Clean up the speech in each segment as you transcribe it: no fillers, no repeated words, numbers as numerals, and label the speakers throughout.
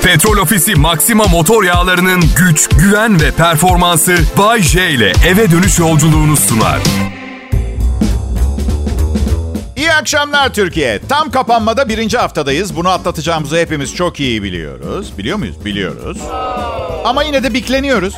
Speaker 1: Petrol Ofisi Maxima motor yağlarının güç, güven ve performansı Bay J ile eve dönüş yolculuğunu sunar.
Speaker 2: İyi akşamlar Türkiye. Tam kapanmada 1. haftadayız. Bunu atlatacağımızı hepimiz çok iyi biliyoruz. Biliyor muyuz? Biliyoruz. Ama yine de bikleniyoruz.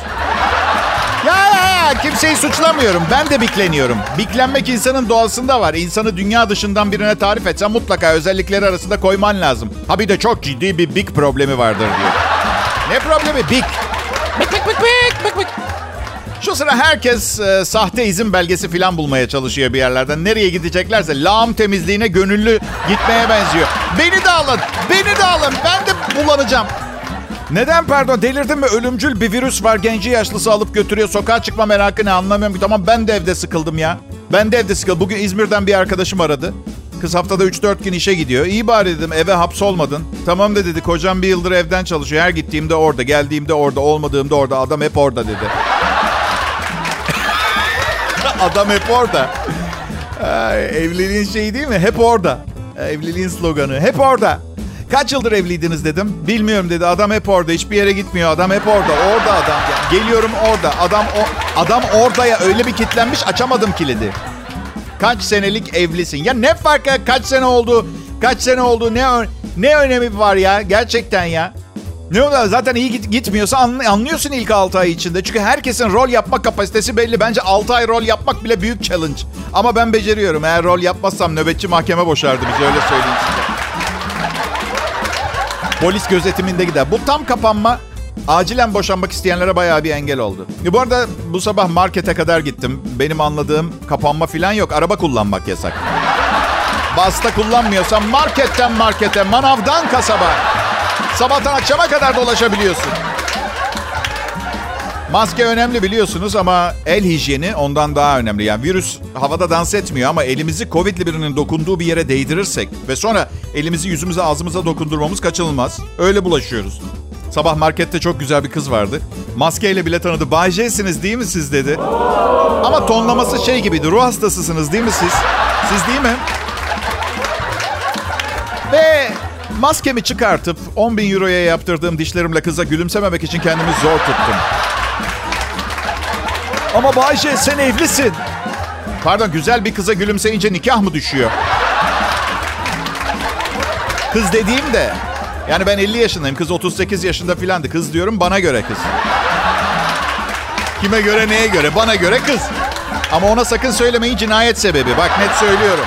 Speaker 2: Ya kimseyi suçlamıyorum. Ben de bikleniyorum. Biklenmek insanın doğasında var. İnsanı dünya dışından birine tarif etsen mutlaka özellikleri arasında koyman lazım. Ha bir de çok ciddi bir bik problemi vardır diyor. Ne problemi? Bik. Bik. Şu sıra herkes sahte izin belgesi falan bulmaya çalışıyor bir yerlerden. Nereye gideceklerse lağım temizliğine gönüllü gitmeye benziyor. Beni de alın. Ben de bulanacağım. Neden pardon? Delirdim mi? Ölümcül bir virüs var. Genci yaşlısı alıp götürüyor. Sokağa çıkma merakı ne anlamıyorum ki. Tamam ben de evde sıkıldım ya. Bugün İzmir'den bir arkadaşım aradı. Kız haftada 3-4 gün işe gidiyor. İyi bari dedim eve hapsolmadın. Tamam da dedi kocam bir yıldır evden çalışıyor. Her gittiğimde orada, geldiğimde orada, olmadığımda orada. Adam hep orada dedi. Adam hep orada. Evliliğin şeyi değil mi? Hep orada. Evliliğin sloganı. Hep orada. Kaç yıldır evliydiniz dedim. Bilmiyorum dedi. Adam hep orada. Hiçbir yere gitmiyor. Adam hep orada. Orada adam. Geliyorum orada. Adam orada ya. Öyle bir kilitlenmiş açamadım kilidi. Kaç senelik evlisin? Ya ne farkı? Kaç sene oldu? Ne önemi var ya? Gerçekten ya. Ne oluyor? Zaten iyi gitmiyorsa anlıyorsun ilk 6 ay içinde. Çünkü herkesin rol yapma kapasitesi belli. Bence 6 ay rol yapmak bile büyük challenge. Ama ben beceriyorum. Eğer rol yapmazsam nöbetçi mahkeme boşardı bizi. Öyle söyleyeyim size. Polis gözetiminde gider. Bu tam kapanma acilen boşanmak isteyenlere bayağı bir engel oldu. Bu arada bu sabah markete kadar gittim. Benim anladığım kapanma falan yok. Araba kullanmak yasak. Basta kullanmıyorsan marketten markete, manavdan kasaba. Sabahtan akşama kadar dolaşabiliyorsun. Maske önemli biliyorsunuz ama el hijyeni ondan daha önemli. Yani virüs havada dans etmiyor ama elimizi Covid'li birinin dokunduğu bir yere değdirirsek ve sonra elimizi yüzümüze ağzımıza dokundurmamız kaçınılmaz. Öyle bulaşıyoruz. Sabah markette çok güzel bir kız vardı. Maskeyle bile tanıdı. Bay J'siniz değil mi siz dedi. Ama tonlaması şey gibiydi. Ruh hastasısınız değil mi siz? Siz değil mi? Ve maskemi çıkartıp 10.000 euroya yaptırdığım dişlerimle kıza gülümsememek için kendimi zor tuttum. Ama Bay J sen evlisin. Pardon güzel bir kıza gülümseyince nikah mı düşüyor? Kız dediğim de yani ben 50 yaşındayım. Kız 38 yaşında filandı. Kız diyorum bana göre kız. Kime göre neye göre? Bana göre kız. Ama ona sakın söylemeyin cinayet sebebi. Bak net söylüyorum.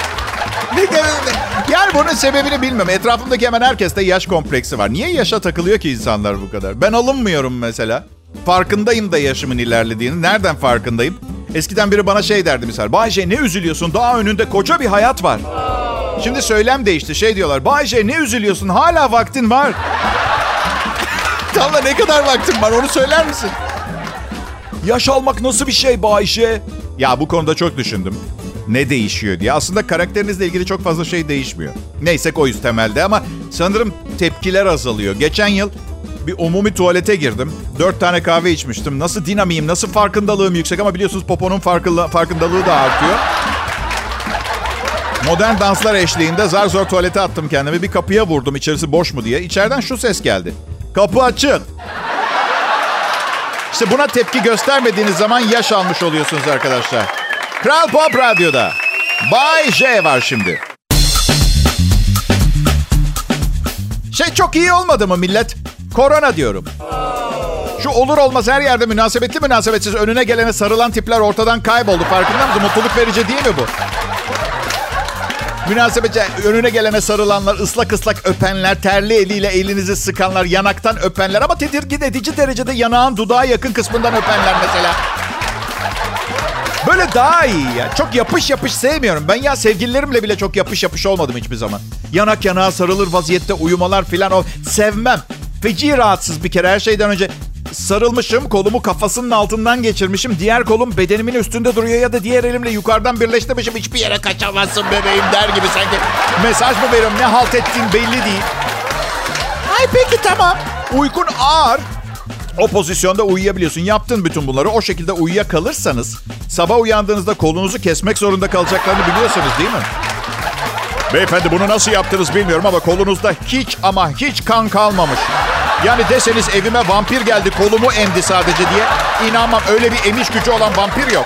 Speaker 2: Yani bunun sebebini bilmiyorum. Etrafımdaki hemen herkeste yaş kompleksi var. Niye yaşa takılıyor ki insanlar bu kadar? Ben alınmıyorum mesela. Farkındayım da yaşımın ilerlediğini. Nereden farkındayım? Eskiden biri bana şey derdi misal. Bay J ne üzülüyorsun? Daha önünde koca bir hayat var. Şimdi söylem değişti. Şey diyorlar. Bay J ne üzülüyorsun? Hala vaktin var. Tamam da ne kadar vaktin var onu söyler misin? Yaş almak nasıl bir şey Bay J? Ya bu konuda çok düşündüm. Ne değişiyor diye. Aslında karakterinizle ilgili çok fazla şey değişmiyor. Neyse koyuz temelde ama sanırım tepkiler azalıyor. Geçen yıl bir umumi tuvalete girdim. 4 tane kahve içmiştim. Nasıl dinamiyim, nasıl farkındalığım yüksek ama biliyorsunuz poponun farkındalığı da artıyor. Modern danslar eşliğinde zar zor tuvalete attım kendimi. Bir kapıya vurdum içerisi boş mu diye. İçeriden şu ses geldi. Kapı açık. İşte buna tepki göstermediğiniz zaman yaş almış oluyorsunuz arkadaşlar. Kral Pop Radyo'da Bay J var şimdi. Çok iyi olmadı mı millet? Korona diyorum. Şu olur olmaz her yerde münasebetli münasebetsiz önüne gelene sarılan tipler ortadan kayboldu. Farkında mısın? Mutluluk verici değil mi bu? Münasebetçi önüne gelene sarılanlar, ıslak ıslak öpenler, terli eliyle elinizi sıkanlar, yanaktan öpenler ama tedirgin edici derecede yanağın dudağa yakın kısmından öpenler mesela. Böyle daha iyi ya. Çok yapış yapış sevmiyorum. Ben ya sevgililerimle bile çok yapış yapış olmadım hiçbir zaman. Yanak yanağa sarılır vaziyette uyumalar filan o sevmem. Feci rahatsız bir kere her şeyden önce. Sarılmışım, kolumu kafasının altından geçirmişim. Diğer kolum bedenimin üstünde duruyor ya da diğer elimle yukarıdan birleştirmişim. Hiçbir yere kaçamazsın bebeğim der gibi sanki. Mesaj mı veriyorum, ne halt ettiğin belli değil. Ay peki tamam. Uykun ağır. O pozisyonda uyuyabiliyorsun. Yaptın bütün bunları. O şekilde uyuyakalırsanız sabah uyandığınızda kolunuzu kesmek zorunda kalacaklarını biliyorsunuz değil mi? Beyefendi bunu nasıl yaptınız bilmiyorum ama kolunuzda hiç ama hiç kan kalmamış. Yani deseniz evime vampir geldi kolumu emdi sadece diye inanmam. Öyle bir emiş gücü olan vampir yok.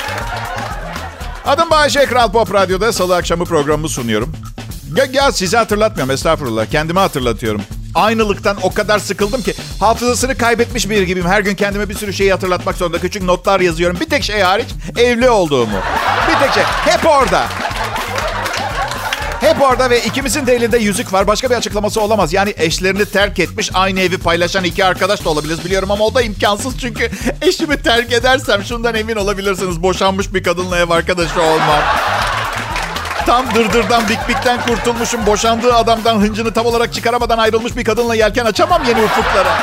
Speaker 2: Adım Bayece, Kral Pop Radyo'da salı akşamı programımı sunuyorum. Ya sizi hatırlatmıyorum, estağfurullah. Kendimi hatırlatıyorum. Aynılıktan o kadar sıkıldım ki hafızasını kaybetmiş biri gibiyim. Her gün kendime bir sürü şeyi hatırlatmak zorunda. Küçük notlar yazıyorum. Bir tek şey hariç, evli olduğumu. Bir tek şey. Hep orada. Hep orada ve ikimizin de elinde yüzük var. Başka bir açıklaması olamaz. Yani eşlerini terk etmiş, aynı evi paylaşan iki arkadaş da olabiliriz biliyorum ama o da imkansız. Çünkü eşimi terk edersem şundan emin olabilirsiniz. Boşanmış bir kadınla ev arkadaşı olmam. Tam dırdırdan, bikbikten kurtulmuşum. Boşandığı adamdan hıncını tam olarak çıkaramadan ayrılmış bir kadınla yelken açamam yeni ufuklara.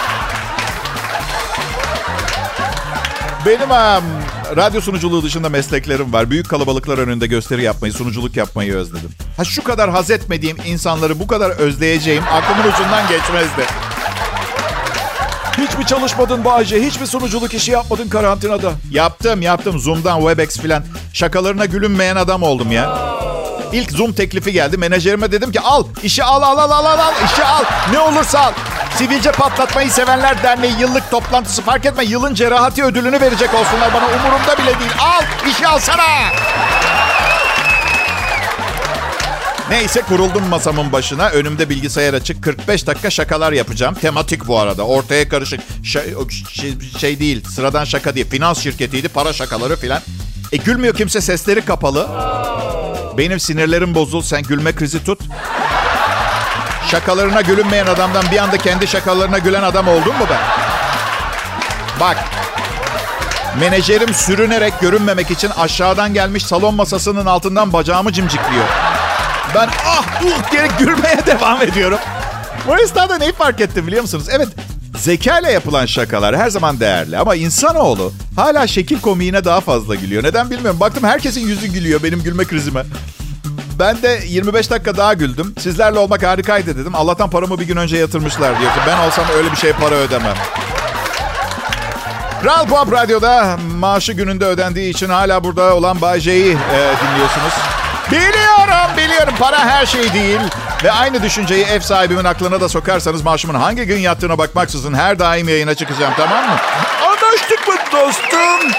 Speaker 2: Benim radyo sunuculuğu dışında mesleklerim var. Büyük kalabalıklar önünde gösteri yapmayı, sunuculuk yapmayı özledim. Şu kadar haz etmediğim insanları bu kadar özleyeceğim aklımın ucundan geçmezdi. Hiç mi çalışmadın Bayce? Hiç mi sunuculuk işi yapmadın karantinada? Yaptım. Zoom'dan, Webex filan. Şakalarına gülünmeyen adam oldum ya. İlk Zoom teklifi geldi. Menajerime dedim ki al. İşi al. İşi al. Ne olursa al. Sivilce Patlatmayı Sevenler Derneği yıllık toplantısı fark etme. Yılın cerrahati ödülünü verecek olsunlar bana. Umurumda bile değil. Al. İşi alsana. Neyse kuruldum masamın başına. Önümde bilgisayar açık. 45 dakika şakalar yapacağım. Tematik bu arada. Ortaya karışık. Şey değil. Sıradan şaka değil. Finans şirketiydi. Para şakaları filan. Gülmüyor kimse. Sesleri kapalı. Benim sinirlerim bozul. Sen gülme krizi tut. Şakalarına gülünmeyen adamdan bir anda kendi şakalarına gülen adam oldum mu ben? Bak. Menajerim sürünerek görünmemek için aşağıdan gelmiş salon masasının altından bacağımı cimcikliyor. Ben diye gülmeye devam ediyorum. Bu esnada neyi fark ettim biliyor musunuz? Evet, zekayla yapılan şakalar her zaman değerli. Ama insanoğlu hala şekil komiğine daha fazla gülüyor. Neden bilmiyorum. Baktım herkesin yüzü gülüyor benim gülme krizime. Ben de 25 dakika daha güldüm. Sizlerle olmak harikaydı dedim. Allah'tan paramı bir gün önce yatırmışlar diyor. Ben olsam öyle bir şeye para ödemem. Kral Pop Radyo'da maaşı gününde ödendiği için hala burada olan Bay J'yi dinliyorsunuz. Biliyorum. Para her şey değil. Ve aynı düşünceyi ev sahibimin aklına da sokarsanız maaşımın hangi gün yattığına bakmaksızın her daim yayına çıkacağım, tamam mı? Anlaştık mı dostum?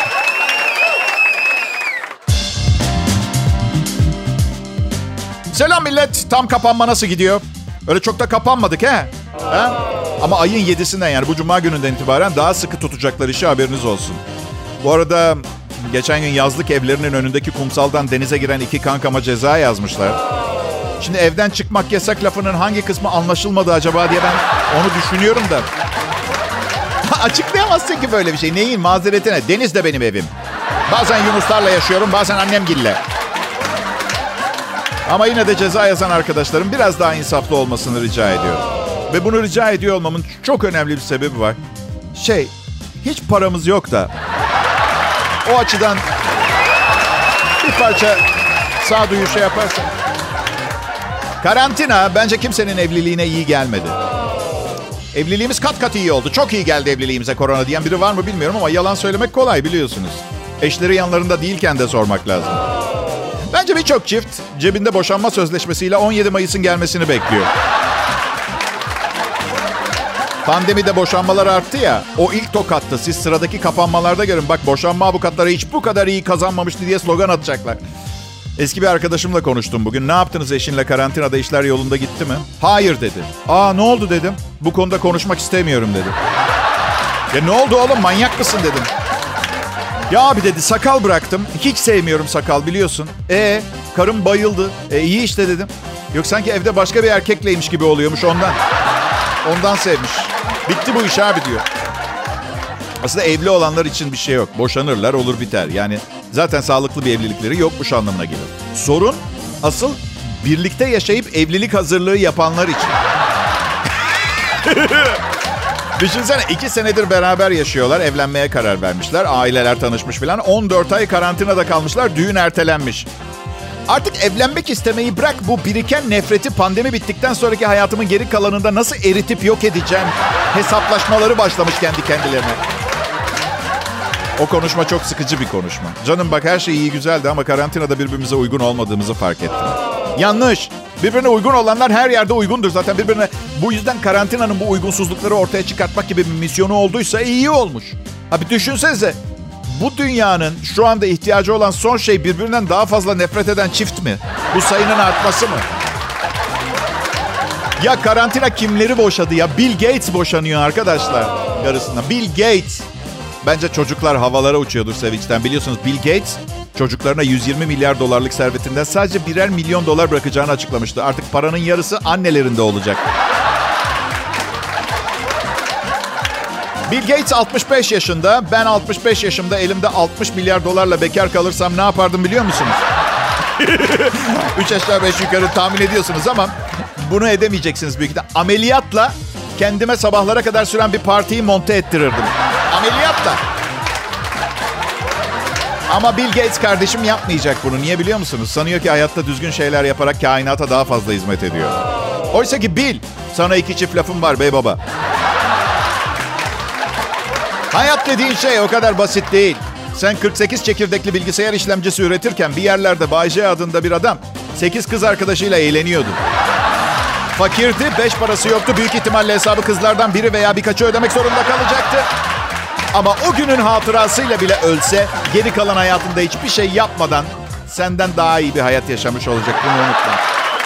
Speaker 2: Selam millet. Tam kapanma nasıl gidiyor? Öyle çok da kapanmadık he? Ama ayın 7'sinden yani bu cuma gününden itibaren daha sıkı tutacaklar işi, haberiniz olsun. Bu arada geçen gün yazlık evlerinin önündeki kumsaldan denize giren iki kankama ceza yazmışlar. Şimdi evden çıkmak yasak lafının hangi kısmı anlaşılmadı acaba diye ben onu düşünüyorum da. Açıklayamazsın ki böyle bir şey. Neyin mazeretine? Deniz de benim evim. Bazen yunuslarla yaşıyorum, bazen annemgille. Ama yine de ceza yazan arkadaşlarım biraz daha insaflı olmasını rica ediyorum. Ve bunu rica ediyor olmamın çok önemli bir sebebi var. Hiç paramız yok da. O açıdan bir parça sağduyu yaparsan. Karantina bence kimsenin evliliğine iyi gelmedi. Evliliğimiz kat kat iyi oldu. Çok iyi geldi evliliğimize korona diyen biri var mı bilmiyorum ama yalan söylemek kolay biliyorsunuz. Eşleri yanlarında değilken de sormak lazım. Bence birçok çift cebinde boşanma sözleşmesiyle 17 Mayıs'ın gelmesini bekliyor. Pandemide boşanmalar arttı ya, o ilk tokattı. Siz sıradaki kapanmalarda görün. Bak boşanma avukatları hiç bu kadar iyi kazanmamıştı diye slogan atacaklar. Eski bir arkadaşımla konuştum bugün. Ne yaptınız eşinle karantinada, işler yolunda gitti mi? Hayır dedi. Ne oldu dedim. Bu konuda konuşmak istemiyorum dedi. Ya ne oldu oğlum, manyak mısın dedim. Ya abi dedi, sakal bıraktım. Hiç sevmiyorum sakal biliyorsun. Karım bayıldı. İyi işte dedim. Yok sanki evde başka bir erkekleymiş gibi oluyormuş ondan. Ondan sevmiş. Bitti bu iş abi diyor. Aslında evli olanlar için bir şey yok. Boşanırlar, olur biter. Yani zaten sağlıklı bir evlilikleri yokmuş anlamına gelir. Sorun asıl birlikte yaşayıp evlilik hazırlığı yapanlar için. Düşünsene 2 senedir beraber yaşıyorlar. Evlenmeye karar vermişler. Aileler tanışmış filan. 14 ay karantinada kalmışlar. Düğün ertelenmiş. Artık evlenmek istemeyi bırak, bu biriken nefreti pandemi bittikten sonraki hayatımın geri kalanında nasıl eritip yok edeceğim hesaplaşmaları başlamış kendi kendilerine. O konuşma çok sıkıcı bir konuşma. Canım bak her şey iyi güzeldi ama karantinada birbirimize uygun olmadığımızı fark ettim. Yanlış. Birbirine uygun olanlar her yerde uygundur zaten birbirine. Bu yüzden karantinanın bu uygunsuzlukları ortaya çıkartmak gibi bir misyonu olduysa iyi olmuş. Abi düşünsenize. Bu dünyanın şu anda ihtiyacı olan son şey birbirinden daha fazla nefret eden çift mi? Bu sayının artması mı? Ya karantina kimleri boşadı ya? Bill Gates boşanıyor arkadaşlar karısından. Bill Gates. Bence çocuklar havalara uçuyordur sevinçten. Biliyorsunuz Bill Gates çocuklarına 120 milyar dolarlık servetinden sadece birer milyon dolar bırakacağını açıklamıştı. Artık paranın yarısı annelerinde olacak. Bill Gates 65 yaşında. Ben 65 yaşımda elimde 60 milyar dolarla bekar kalırsam ne yapardım biliyor musunuz? 3 aşağı 5 yukarı tahmin ediyorsunuz ama bunu edemeyeceksiniz büyük ihtimalle. Ameliyatla kendime sabahlara kadar süren bir partiyi monte ettirirdim. Ameliyatla. Ama Bill Gates kardeşim yapmayacak bunu. Niye biliyor musunuz? Sanıyor ki hayatta düzgün şeyler yaparak kainata daha fazla hizmet ediyor. Oysa ki Bill, sana 2 çift lafım var bey baba. Hayat dediğin şey o kadar basit değil. Sen 48 çekirdekli bilgisayar işlemcisi üretirken bir yerlerde Bay J adında bir adam 8 kız arkadaşıyla eğleniyordu. Fakirdi, 5 parası yoktu. Büyük ihtimalle hesabı kızlardan biri veya birkaçı ödemek zorunda kalacaktı. Ama o günün hatırasıyla bile ölse geri kalan hayatında hiçbir şey yapmadan senden daha iyi bir hayat yaşamış olacak. Bunu unutma.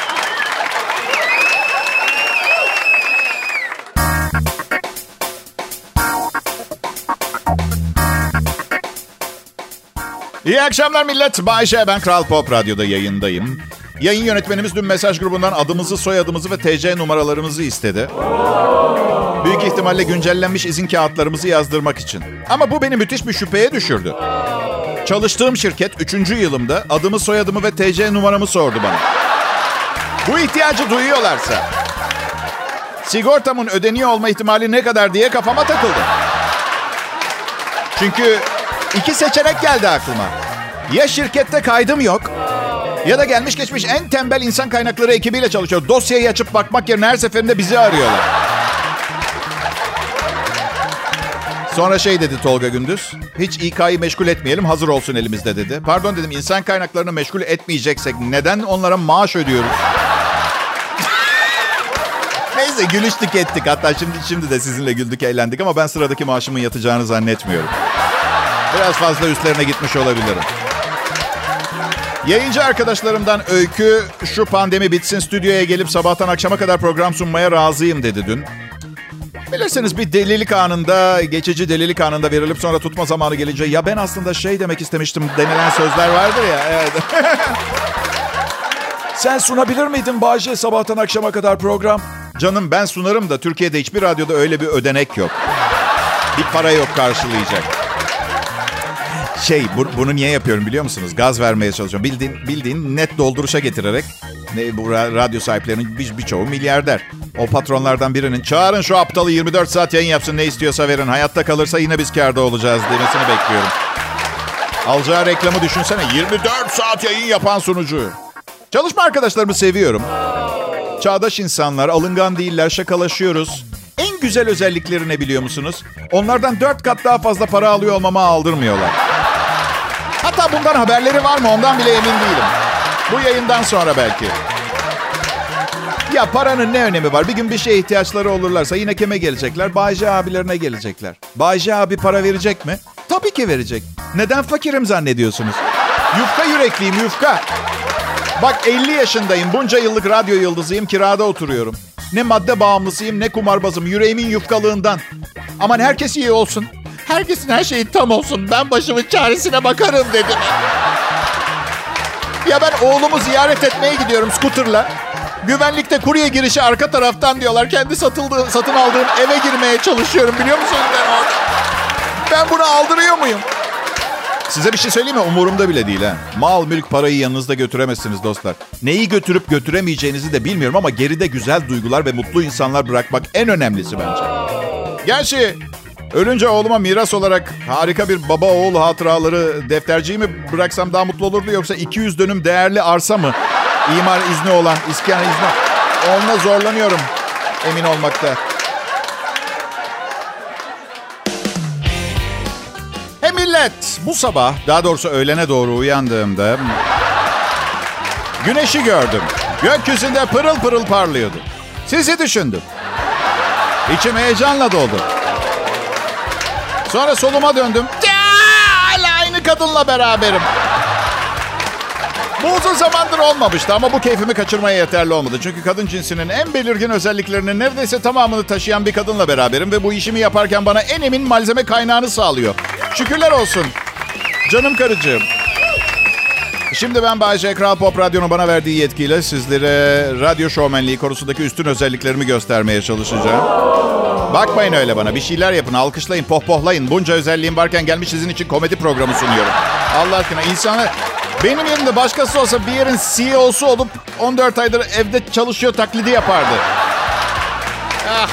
Speaker 2: İyi akşamlar millet. Bay J, ben Kral Pop Radyo'da yayındayım. Yayın yönetmenimiz dün mesaj grubundan adımızı, soyadımızı ve TC numaralarımızı istedi. Büyük ihtimalle güncellenmiş izin kağıtlarımızı yazdırmak için. Ama bu beni müthiş bir şüpheye düşürdü. Çalıştığım şirket 3. yılımda adımı, soyadımı ve TC numaramı sordu bana. Bu ihtiyacı duyuyorlarsa sigortamın ödeniyor olma ihtimali ne kadar diye kafama takıldı. Çünkü 2 seçenek geldi aklıma. Ya şirkette kaydım yok ya da gelmiş geçmiş en tembel insan kaynakları ekibiyle çalışıyor. Dosyayı açıp bakmak yerine her seferinde bizi arıyorlar. Sonra şey dedi Tolga Gündüz. Hiç İK'yı meşgul etmeyelim, hazır olsun elimizde dedi. Pardon dedim, insan kaynaklarını meşgul etmeyeceksek neden onlara maaş ödüyoruz? Neyse gülüştük ettik. Hatta şimdi de sizinle güldük, eğlendik ama ben sıradaki maaşımın yatacağını zannetmiyorum. Biraz fazla üstlerine gitmiş olabilirim. Yayıncı arkadaşlarımdan Öykü, şu pandemi bitsin stüdyoya gelip sabahtan akşama kadar program sunmaya razıyım dedi dün. Bilirsiniz bir delilik anında, geçici delilik anında verilip sonra tutma zamanı gelince ya ben aslında şey demek istemiştim denilen sözler vardır ya. Evet. Sen sunabilir miydin Bay J sabahtan akşama kadar program? Canım ben sunarım da Türkiye'de hiçbir radyoda öyle bir ödenek yok. Bir para yok karşılayacak. Bunu niye yapıyorum biliyor musunuz? Gaz vermeye çalışıyorum. Bildiğin net dolduruşa getirerek. Bu radyo sahiplerinin birçoğu milyarder. O patronlardan birinin çağırın şu aptalı 24 saat yayın yapsın, ne istiyorsa verin. Hayatta kalırsa yine biz kârda olacağız demesini bekliyorum. Alacağı reklamı düşünsene. 24 saat yayın yapan sunucu. Çalışma arkadaşlarımı seviyorum. Çağdaş insanlar, alıngan değiller, şakalaşıyoruz. En güzel özellikleri ne biliyor musunuz? Onlardan 4 kat daha fazla para alıyor olmama aldırmıyorlar. Hatta bundan haberleri var mı ondan bile emin değilim. Bu yayından sonra belki. Ya paranın ne önemi var? Bir gün bir şeye ihtiyaçları olurlarsa yine kime gelecekler? Bay J abilerine gelecekler. Bay J abi para verecek mi? Tabii ki verecek. Neden fakirim zannediyorsunuz? Yufka yürekliyim, yufka. Bak 50 yaşındayım. Bunca yıllık radyo yıldızıyım. Kirada oturuyorum. Ne madde bağımlısıyım ne kumarbazım. Yüreğimin yufkalığından. Aman herkes iyi olsun. Herkesin her şeyi tam olsun. Ben başımın çaresine bakarım dedim. Ya ben oğlumu ziyaret etmeye gidiyorum scooter'la. Güvenlikte kurye girişi arka taraftan diyorlar. Kendi satın aldığım eve girmeye çalışıyorum biliyor musunuz ben orada? Ben bunu aldırıyor muyum? Size bir şey söyleyeyim mi? Umurumda bile değil ha. Mal, mülk, parayı yanınızda götüremezsiniz dostlar. Neyi götürüp götüremeyeceğinizi de bilmiyorum ama geride güzel duygular ve mutlu insanlar bırakmak en önemlisi bence. Gerçi ölünce oğluma miras olarak harika bir baba oğul hatıraları defterciyi mi bıraksam daha mutlu olurdu, yoksa 200 dönüm değerli arsa mı? İmar izni olan, iskan izni. Onunla zorlanıyorum emin olmakta. Millet, bu sabah, daha doğrusu öğlene doğru uyandığımda Güneşi gördüm. Gökyüzünde pırıl pırıl parlıyordu. Sizi düşündüm. İçim heyecanla doldu. Sonra soluma döndüm. Hala aynı kadınla beraberim. Bu uzun zamandır olmamıştı ama bu keyfimi kaçırmaya yeterli olmadı. Çünkü kadın cinsinin en belirgin özelliklerinin neredeyse tamamını taşıyan bir kadınla beraberim. Ve bu işimi yaparken bana en emin malzeme kaynağını sağlıyor. Şükürler olsun. Canım karıcığım. Şimdi ben Bay J. Kral Pop Radyo'nun bana verdiği yetkiyle sizlere radyo şovmenliği konusundaki üstün özelliklerimi göstermeye çalışacağım. Bakmayın öyle bana. Bir şeyler yapın, alkışlayın, pohpohlayın. Bunca özelliğim varken gelmiş sizin için komedi programı sunuyorum. Allah aşkına insanlar... Benim yerimde başkası olsa bir yerin CEO'su olup 14 aydır evde çalışıyor taklidi yapardı. Ah.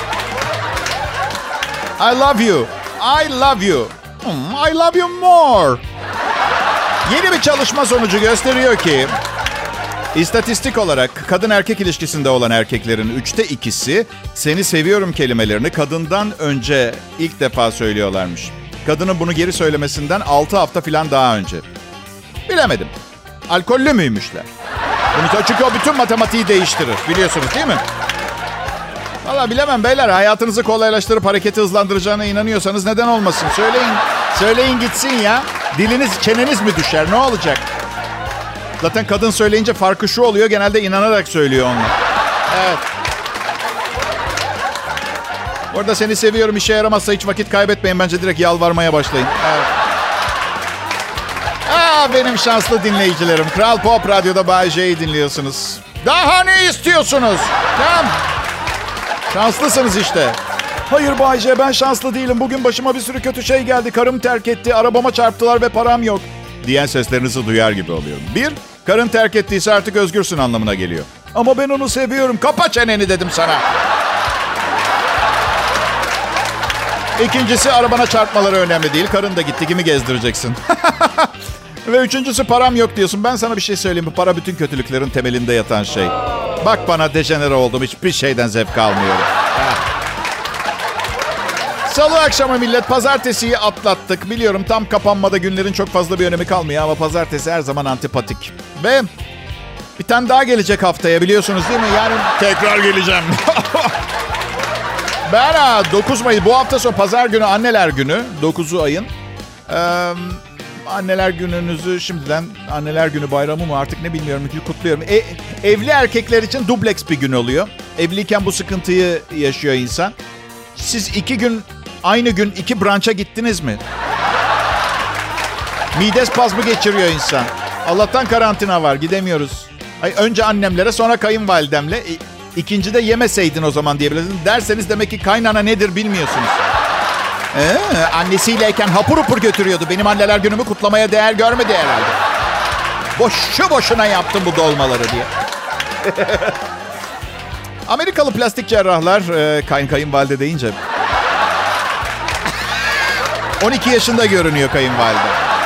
Speaker 2: I love you. I love you. I love you more. Yeni bir çalışma sonucu gösteriyor ki İstatistik olarak kadın erkek ilişkisinde olan erkeklerin 2/3'ü seni seviyorum kelimelerini kadından önce ilk defa söylüyorlarmış. Kadının bunu geri söylemesinden 6 hafta falan daha önce. Bilemedim. Alkollü müymüşler? Çünkü o bütün matematiği değiştirir. Biliyorsunuz değil mi? Valla bilemem beyler. Hayatınızı kolaylaştırıp hareketi hızlandıracağına inanıyorsanız neden olmasın? Söyleyin. Söyleyin gitsin ya. Diliniz, çeneniz mi düşer? Ne olacak? Zaten kadın söyleyince farkı şu oluyor. Genelde inanarak söylüyor onlar. Evet. Orada seni seviyorum işe yaramazsa hiç vakit kaybetmeyin. Bence direkt yalvarmaya başlayın. Evet. Benim şanslı dinleyicilerim. Kral Pop Radyo'da Bay J'yi dinliyorsunuz. Daha ne istiyorsunuz? Tamam. Şanslısınız işte. Hayır Bay J, ben şanslı değilim. Bugün başıma bir sürü kötü şey geldi. Karım terk etti, arabama çarptılar ve param yok diyen seslerinizi duyar gibi oluyorum. 1, karın terk ettiyse artık özgürsün anlamına geliyor. Ama ben onu seviyorum. Kapa çeneni dedim sana. İkincisi, arabana çarpmaları önemli değil. Karın da gitti, kimi gezdireceksin? Ve üçüncüsü, param yok diyorsun. Ben sana bir şey söyleyeyim. Bu para bütün kötülüklerin temelinde yatan şey. Bak bana, dejenere oldum. Hiçbir şeyden zevk almıyorum. Salı akşamı millet, pazartesiyi atlattık. Biliyorum tam kapanmada günlerin çok fazla bir önemi kalmıyor ama pazartesi her zaman antipatik. Ve bir tane daha gelecek haftaya, biliyorsunuz değil mi? Yani tekrar geleceğim. Ben 9 Mayıs, bu hafta sonu pazar günü Anneler Günü. 9'u ayın. Anneler Gününüzü şimdiden, Anneler Günü bayramı mı artık ne bilmiyorum, kutluyorum. Evli erkekler için dubleks bir gün oluyor. Evliyken bu sıkıntıyı yaşıyor insan. Siz 2 gün, aynı gün 2 brunch'a gittiniz mi? Mide spazmı geçiriyor insan. Allah'tan karantina var, gidemiyoruz. Önce annemlere, sonra kayınvalidemle. İkinci de yemeseydin o zaman diyebilirsiniz. Derseniz demek ki kaynana nedir bilmiyorsunuz. Annesiyleyken hapur hapur götürüyordu. Benim anneler günümü kutlamaya değer görmedi herhalde. Boşu boşuna yaptım bu dolmaları diye. Amerikalı plastik cerrahlar, kayınvalide deyince 12 yaşında görünüyor kayınvalide.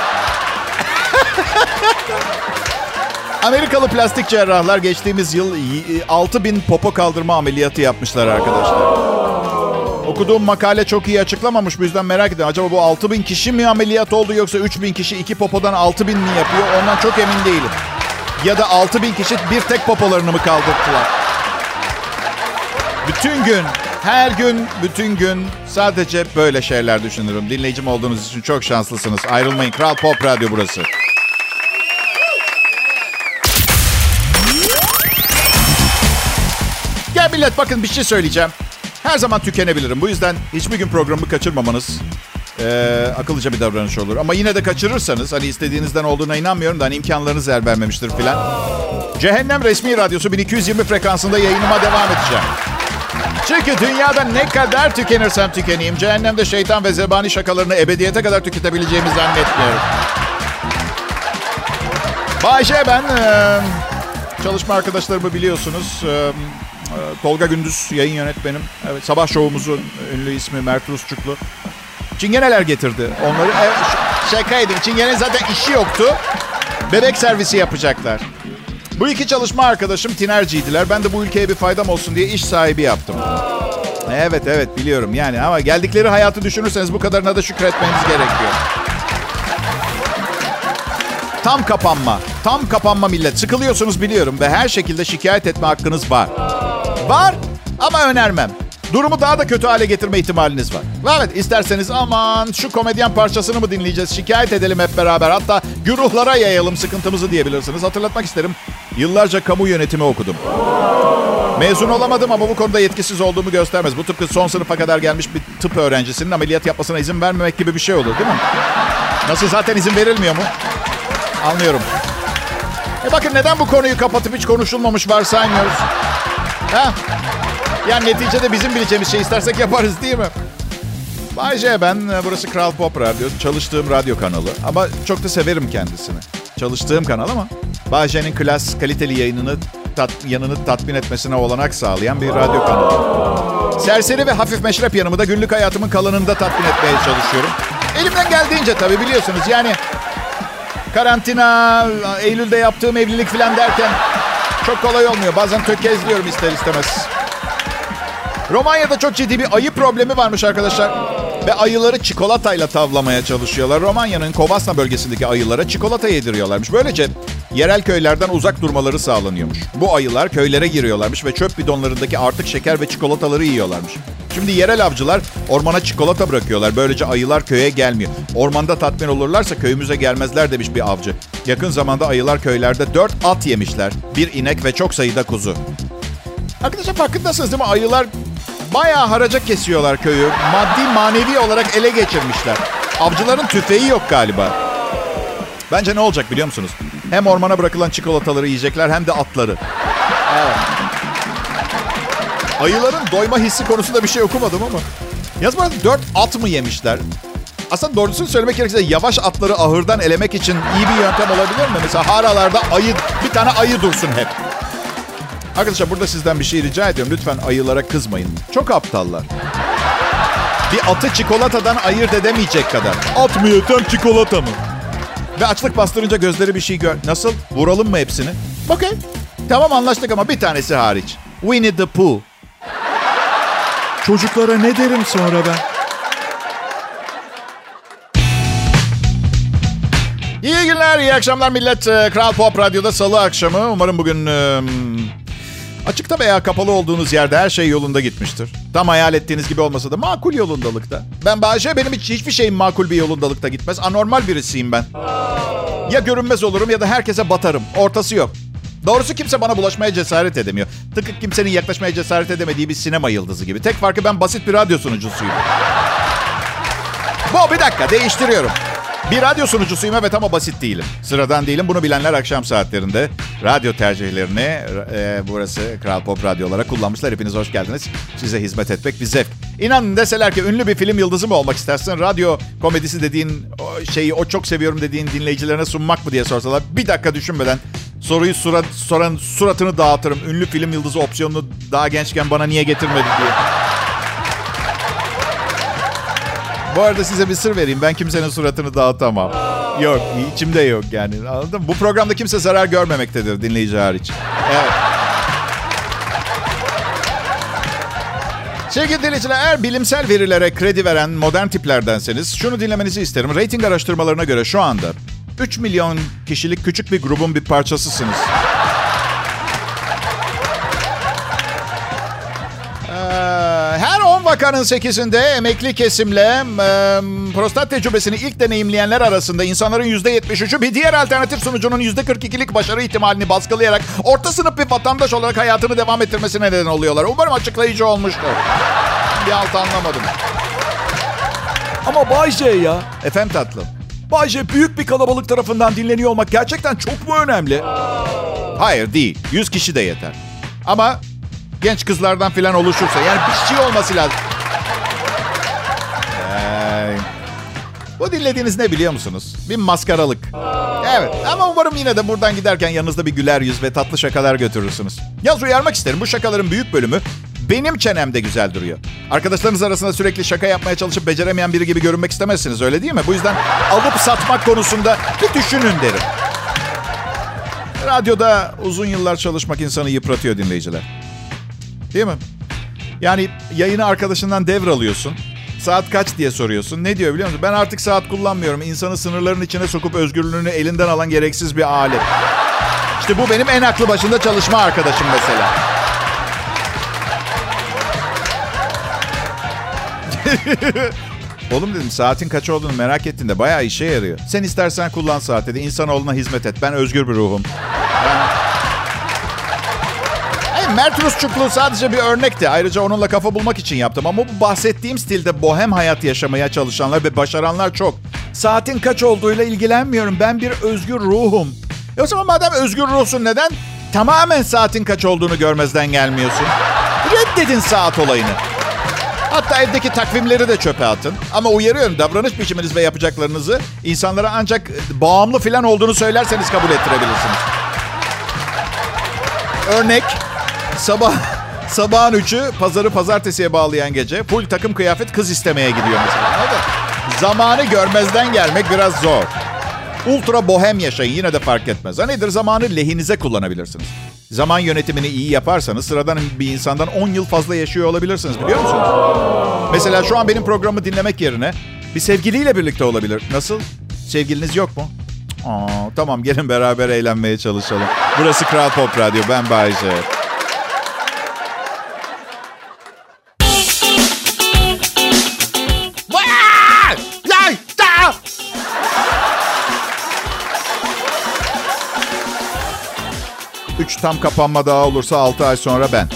Speaker 2: Amerikalı plastik cerrahlar geçtiğimiz yıl 6.000 popo kaldırma ameliyatı yapmışlar arkadaşlar. Okuduğum makale çok iyi açıklamamış, bu yüzden merak ediyorum. Acaba bu 6.000 kişi mi ameliyat oldu yoksa 3.000 kişi 2 popodan 6.000 mi yapıyor? Ondan çok emin değilim. Ya da 6.000 kişi bir tek popolarını mı kaldırttılar? Bütün gün, her gün, bütün gün sadece böyle şeyler düşünürüm. Dinleyicim olduğunuz için çok şanslısınız. Ayrılmayın. Kral Pop Radyo burası. Gel millet, bakın bir şey söyleyeceğim. Her zaman tükenebilirim. Bu yüzden hiçbir gün programı kaçırmamanız akıllıca bir davranış olur. Ama yine de kaçırırsanız, hani istediğinizden olduğuna inanmıyorum da hani imkanlarınız el vermemiştir filan. Cehennem Resmi Radyosu 1220 frekansında yayınıma devam edeceğim. Çünkü dünyada ne kadar tükenirsem tükeneyim, cehennemde şeytan ve zebani şakalarını ebediyete kadar tüketebileceğimi zannetmiyorum. Bay J ben. Çalışma arkadaşlarımı biliyorsunuz. Tolga Gündüz yayın yönetmenim. Evet, sabah şovumuzun ünlü ismi Mert Rusçuklu. Çingeneler getirdi onları. Şakaydım. Çingene zaten işi yoktu. Bebek servisi yapacaklar. Bu iki çalışma arkadaşım tinerciydiler. Ben de bu ülkeye bir faydam olsun diye iş sahibi yaptım. Evet biliyorum yani, ama geldikleri hayatı düşünürseniz bu kadarına da şükretmeniz gerekiyor. Tam kapanma. Tam kapanma millet. Sıkılıyorsunuz biliyorum ve her şekilde şikayet etme hakkınız var. Var ama önermem. Durumu daha da kötü hale getirme ihtimaliniz var. Evet, isterseniz aman şu komedyen parçasını mı dinleyeceğiz, şikayet edelim hep beraber. Hatta güruhlara yayalım sıkıntımızı diyebilirsiniz. Hatırlatmak isterim, yıllarca kamu yönetimi okudum. Mezun olamadım ama bu konuda yetkisiz olduğumu göstermez. Bu tıpkı son sınıfa kadar gelmiş bir tıp öğrencisinin ameliyat yapmasına izin vermemek gibi bir şey olur değil mi? Nasıl, zaten izin verilmiyor mu? Anlıyorum. Bakın neden bu konuyu kapatıp hiç konuşulmamış varsaymıyoruz? Ha? Yani neticede bizim bileceğimiz şey istersek yaparız değil mi? Bay J ben. Burası Kral Pop Radyo. Çalıştığım radyo kanalı. Ama çok da severim kendisini. Çalıştığım kanal ama Bay J'nin kaliteli yanını tatmin etmesine olanak sağlayan bir radyo kanalı. Serseri ve hafif meşrep yanımı da günlük hayatımın kalanında tatmin etmeye çalışıyorum. Elimden geldiğince tabii, biliyorsunuz. Yani karantina, Eylül'de yaptığım evlilik falan derken çok kolay olmuyor. Bazen tökezliyorum ister istemez. Romanya'da çok ciddi bir ayı problemi varmış arkadaşlar. Ve ayıları çikolatayla tavlamaya çalışıyorlar. Romanya'nın Kovasna bölgesindeki ayılara çikolata yediriyorlarmış. Böylece yerel köylerden uzak durmaları sağlanıyormuş. Bu ayılar köylere giriyorlarmış ve çöp bidonlarındaki artık şeker ve çikolataları yiyorlarmış. Şimdi yerel avcılar ormana çikolata bırakıyorlar. Böylece ayılar köye gelmiyor. Ormanda tatmin olurlarsa köyümüze gelmezler demiş bir avcı. Yakın zamanda ayılar köylerde 4 at yemişler. 1 inek ve çok sayıda kuzu. Arkadaşlar farkındasınız değil mi? Ayılar bayağı haraca kesiyorlar köyü. Maddi manevi olarak ele geçirmişler. Avcıların tüfeği yok galiba. Bence ne olacak biliyor musunuz? Hem ormana bırakılan çikolataları yiyecekler hem de atları. Evet. Ayıların doyma hissi konusunda bir şey okumadım ama. Yalnız bu arada 4 at mı yemişler? Aslında doğrusunu söylemek gerekirse yavaş atları ahırdan elemek için iyi bir yöntem olabilir mi? Mesela haralarda bir tane ayı dursun hep. Arkadaşlar burada sizden bir şey rica ediyorum. Lütfen ayılara kızmayın. Çok aptallar. Bir atı çikolatadan ayırt edemeyecek kadar. At mı yetem, çikolata mı? Ve açlık bastırınca gözleri bir şey gör. Nasıl? Vuralım mı hepsini? Okey. Tamam anlaştık ama bir tanesi hariç. Winnie the Pooh. Çocuklara ne derim sonra ben? İyi günler, iyi akşamlar millet. Kral Pop Radyo'da salı akşamı. Umarım bugün açıkta veya kapalı olduğunuz yerde her şey yolunda gitmiştir. Tam hayal ettiğiniz gibi olmasa da makul yolundalıkta. Ben Bayşe, benim hiçbir şeyim makul bir yolundalıkta gitmez. Anormal birisiyim ben. Ya görünmez olurum ya da herkese batarım. Ortası yok. Doğrusu kimse bana bulaşmaya cesaret edemiyor. Tıpkı kimsenin yaklaşmaya cesaret edemediği bir sinema yıldızı gibi. Tek farkı ben basit bir radyo sunucusuyum. Bir dakika değiştiriyorum. Bir radyo sunucusuyum evet ama basit değilim. Sıradan değilim. Bunu bilenler akşam saatlerinde radyo tercihlerini burası Kral Pop Radyo olarak kullanmışlar. Hepiniz hoş geldiniz. Size hizmet etmek bir zevk. İnanın deseler ki ünlü bir film yıldızı mı olmak istersin? Radyo komedisi dediğin şeyi o çok seviyorum dediğin dinleyicilerine sunmak mı diye sorsalar. Bir dakika düşünmeden soruyu soran suratını dağıtırım. Ünlü film yıldızı opsiyonunu daha gençken bana niye getirmedi diye. Bu arada size bir sır vereyim. Ben kimsenin suratını dağıtamam. Yok, içimde yok yani. Anladın mı? Bu programda kimse zarar görmemektedir dinleyici hariç. Evet. Sevgili dinleyiciler, eğer bilimsel verilere kredi veren modern tiplerdenseniz şunu dinlemenizi isterim. Rating araştırmalarına göre şu anda 3 milyon kişilik küçük bir grubun bir parçasısınız. Her 10 vakanın 8'inde emekli kesimle prostat tecrübesini ilk deneyimleyenler arasında insanların %73'ü bir diğer alternatif sunucunun %42'lik başarı ihtimalini baskılayarak orta sınıf bir vatandaş olarak hayatını devam ettirmesine neden oluyorlar. Umarım açıklayıcı olmuştur. Bir alt anlamadım. Ama Bay J ya. Efendim tatlım. Bay J, büyük bir kalabalık tarafından dinleniyor olmak gerçekten çok mu önemli? Hayır değil. 100 kişi de yeter. Ama genç kızlardan falan oluşursa yani bir şey olması lazım. Bu dinlediğiniz ne biliyor musunuz? Bir maskaralık. Evet ama umarım yine de buradan giderken yanınızda bir güler yüz ve tatlı şakalar götürürsünüz. Yalnız uyarmak isterim, bu şakaların büyük bölümü benim çenemde güzel duruyor. Arkadaşlarınız arasında sürekli şaka yapmaya çalışıp beceremeyen biri gibi görünmek istemezsiniz, öyle değil mi? Bu yüzden alıp satmak konusunda bir düşünün derim. Radyoda uzun yıllar çalışmak insanı yıpratıyor dinleyiciler. Değil mi? Yani yayını arkadaşından devralıyorsun. Saat kaç diye soruyorsun. Ne diyor biliyor musun? Ben artık saat kullanmıyorum. İnsanı sınırların içine sokup özgürlüğünü elinden alan gereksiz bir alet. İşte bu benim en aklı başında çalışma arkadaşım mesela. Oğlum dedim, saatin kaç olduğunu merak ettin de bayağı işe yarıyor. Sen istersen kullan saat dedi. İnsanoğluna hizmet et. Ben özgür bir ruhum. Mert Rusçuklu sadece bir örnekti. Ayrıca onunla kafa bulmak için yaptım. Ama bu bahsettiğim stilde bohem hayat yaşamaya çalışanlar ve başaranlar çok. Saatin kaç olduğuyla ilgilenmiyorum. Ben bir özgür ruhum. O zaman madem özgür ruhsun, neden tamamen saatin kaç olduğunu görmezden gelmiyorsun? Reddedin saat olayını. Hatta evdeki takvimleri de çöpe atın. Ama uyarıyorum, davranış biçiminiz ve yapacaklarınızı insanlara ancak bağımlı falan olduğunu söylerseniz kabul ettirebilirsiniz. Örnek, sabahın 3'ü pazarı pazartesiye bağlayan gece full takım kıyafet kız istemeye gidiyor mesela. Hadi. Zamanı görmezden gelmek biraz zor. Ultra bohem yaşayın, yine de fark etmez. Nedir? Zamanı lehinize kullanabilirsiniz. Zaman yönetimini iyi yaparsanız sıradan bir insandan 10 yıl fazla yaşıyor olabilirsiniz, biliyor musunuz? Mesela şu an benim programı dinlemek yerine bir sevgiliyle birlikte olabilir. Nasıl? Sevgiliniz yok mu? Tamam, gelin beraber eğlenmeye çalışalım. Burası Kral Pop Radyo, ben Bay J. Üç tam kapanma daha olursa 6 ay sonra ben.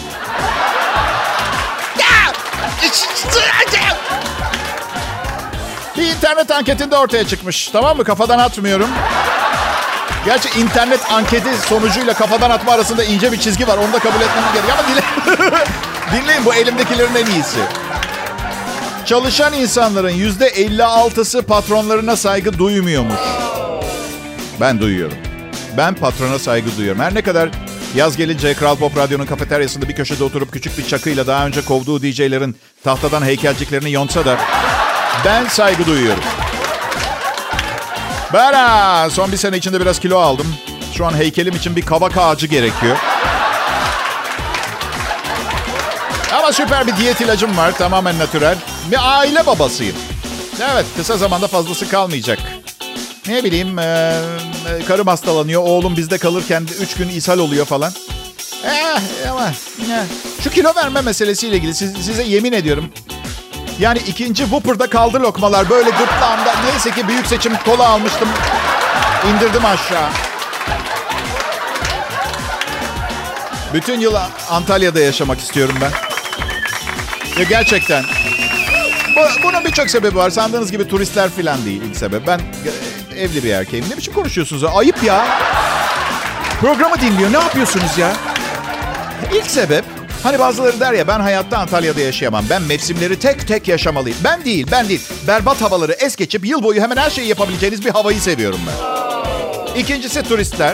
Speaker 2: Bir internet anketinde ortaya çıkmış. Tamam mı? Kafadan atmıyorum. Gerçi internet anketi sonucuyla kafadan atma arasında ince bir çizgi var. Onu da kabul etmem gerekiyor. Ama dinleyin, bu elimdekilerin en iyisi. Çalışan insanların %56'sı patronlarına saygı duymuyormuş. Ben duyuyorum. Ben patrona saygı duyuyorum. Her ne kadar yaz gelince Kral Pop Radyo'nun kafeteryasında bir köşede oturup küçük bir çakıyla daha önce kovduğu DJ'lerin tahtadan heykelciklerini yontsa da ben saygı duyuyorum. Ben son bir sene içinde biraz kilo aldım. Şu an heykelim için bir kavak ağacı gerekiyor. Ama süper bir diyet ilacım var, tamamen natürel. Bir aile babasıyım. Evet, kısa zamanda fazlası kalmayacak. Ne bileyim, karım hastalanıyor, oğlum bizde kalırken 3 gün ishal oluyor falan. Ama şu kilo verme meselesiyle ilgili size yemin ediyorum. Yani 2. Whopper'da kaldı lokmalar böyle gırtlağımda. Neyse ki büyük seçim kola almıştım. İndirdim aşağı. Bütün yıl Antalya'da yaşamak istiyorum ben. Ya gerçekten. Bunun birçok sebebi var. Sandığınız gibi turistler falan değil ilk sebep. Ben evli bir erkeğim. Ne biçim konuşuyorsunuz? Ayıp ya. Programı dinliyor. Ne yapıyorsunuz ya? İlk sebep, hani bazıları der ya, ben hayatta Antalya'da yaşayamam. Ben mevsimleri tek tek yaşamalıyım. Ben değil. Berbat havaları es geçip yıl boyu hemen her şeyi yapabileceğiniz bir havayı seviyorum ben. İkincisi turistler.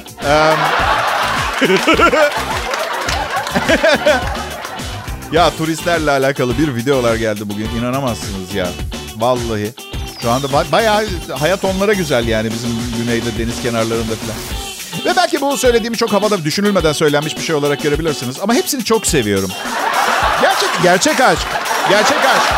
Speaker 2: Ya turistlerle alakalı bir videolar geldi bugün. İnanamazsınız ya. Vallahi. Şu anda bayağı hayat onlara güzel yani, bizim güneyde deniz kenarlarında falan. Ve belki bu söylediğimi çok havada düşünülmeden söylenmiş bir şey olarak görebilirsiniz. Ama hepsini çok seviyorum. Gerçek aşk. Gerçek aşk.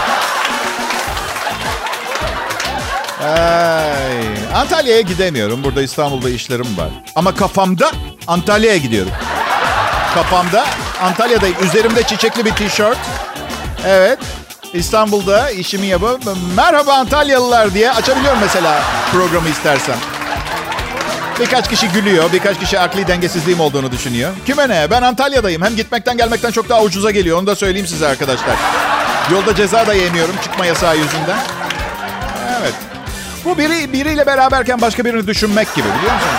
Speaker 2: Antalya'ya gidemiyorum. Burada İstanbul'da işlerim var. Ama kafamda Antalya'ya gidiyorum. Kafamda Antalya'dayım. Üzerimde çiçekli bir tişört. Evet. İstanbul'da işimi yapıp merhaba Antalyalılar diye açabiliyorum mesela programı istersem. Birkaç kişi gülüyor. Birkaç kişi akli dengesizliğim olduğunu düşünüyor. Kime ne? Ben Antalya'dayım. Hem gitmekten gelmekten çok daha ucuza geliyor. Onu da söyleyeyim size arkadaşlar. Yolda ceza da yemiyorum çıkma yasağı yüzünden. Evet. Bu biriyle beraberken başka birini düşünmek gibi, biliyor musun?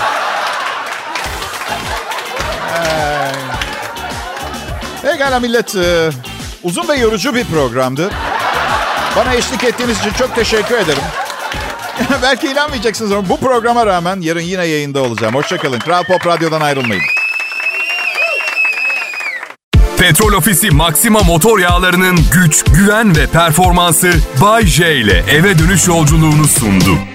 Speaker 2: Pekala millet. Uzun ve yorucu bir programdı. Bana eşlik ettiğiniz için çok teşekkür ederim. Belki inanmayacaksınız ama bu programa rağmen yarın yine yayında olacağım. Hoşçakalın. Kral Pop Radyo'dan ayrılmayın.
Speaker 1: Petrol Ofisi Maxima motor yağlarının güç, güven ve performansı Bay J ile eve dönüş yolculuğunu sundu.